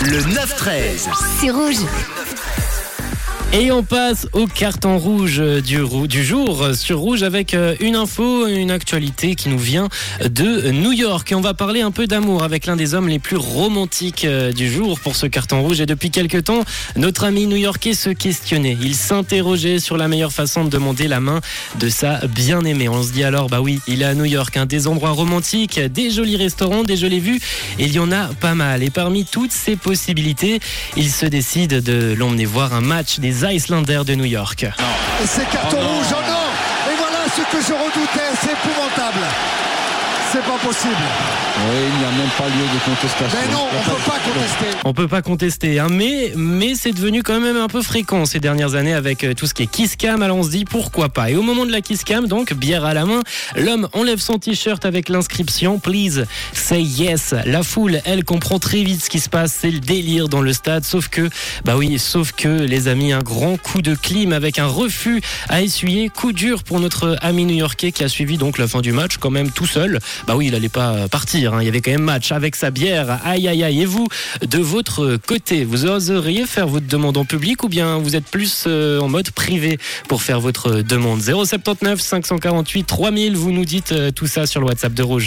Le 9-13. C'est rouge. Et on passe au carton rouge du jour sur Rouge avec une info, une actualité qui nous vient de New York. Et on va parler un peu d'amour avec l'un des hommes les plus romantiques du jour pour ce carton rouge. Et depuis quelques temps, notre ami new-yorkais se questionnait. Il s'interrogeait sur la meilleure façon de demander la main de sa bien-aimée. On se dit alors, bah oui, il est à New York, des endroits romantiques, des jolis restaurants, des jolies vues. Et il y en a pas mal. Et parmi toutes ces possibilités, il se décide de l'emmener voir un match des Islanders de New York. Et c'est carton rouge, oh non! Et voilà ce que je redoutais, c'est épouvantable. C'est pas possible. Oui, il n'y a même pas lieu de contestation. Mais non, on peut pas contester. On peut pas contester, mais c'est devenu quand même un peu fréquent ces dernières années avec tout ce qui est kiss cam. Alors on se dit pourquoi pas. Et au moment de la kiss cam, donc bière à la main, l'homme enlève son t-shirt avec l'inscription Please say yes. La foule, elle comprend très vite ce qui se passe, c'est le délire dans le stade. Sauf que les amis, un grand coup de clim avec un refus à essuyer. Coup dur pour notre ami new-yorkais qui a suivi donc la fin du match quand même tout seul. Bah oui, il allait pas partir, il y avait quand même match avec sa bière. Aïe aïe aïe. Et vous, de votre côté, vous oseriez faire votre demande en public ou bien vous êtes plus en mode privé pour faire votre demande? 079 548 3000, vous nous dites tout ça sur le WhatsApp de Rouge.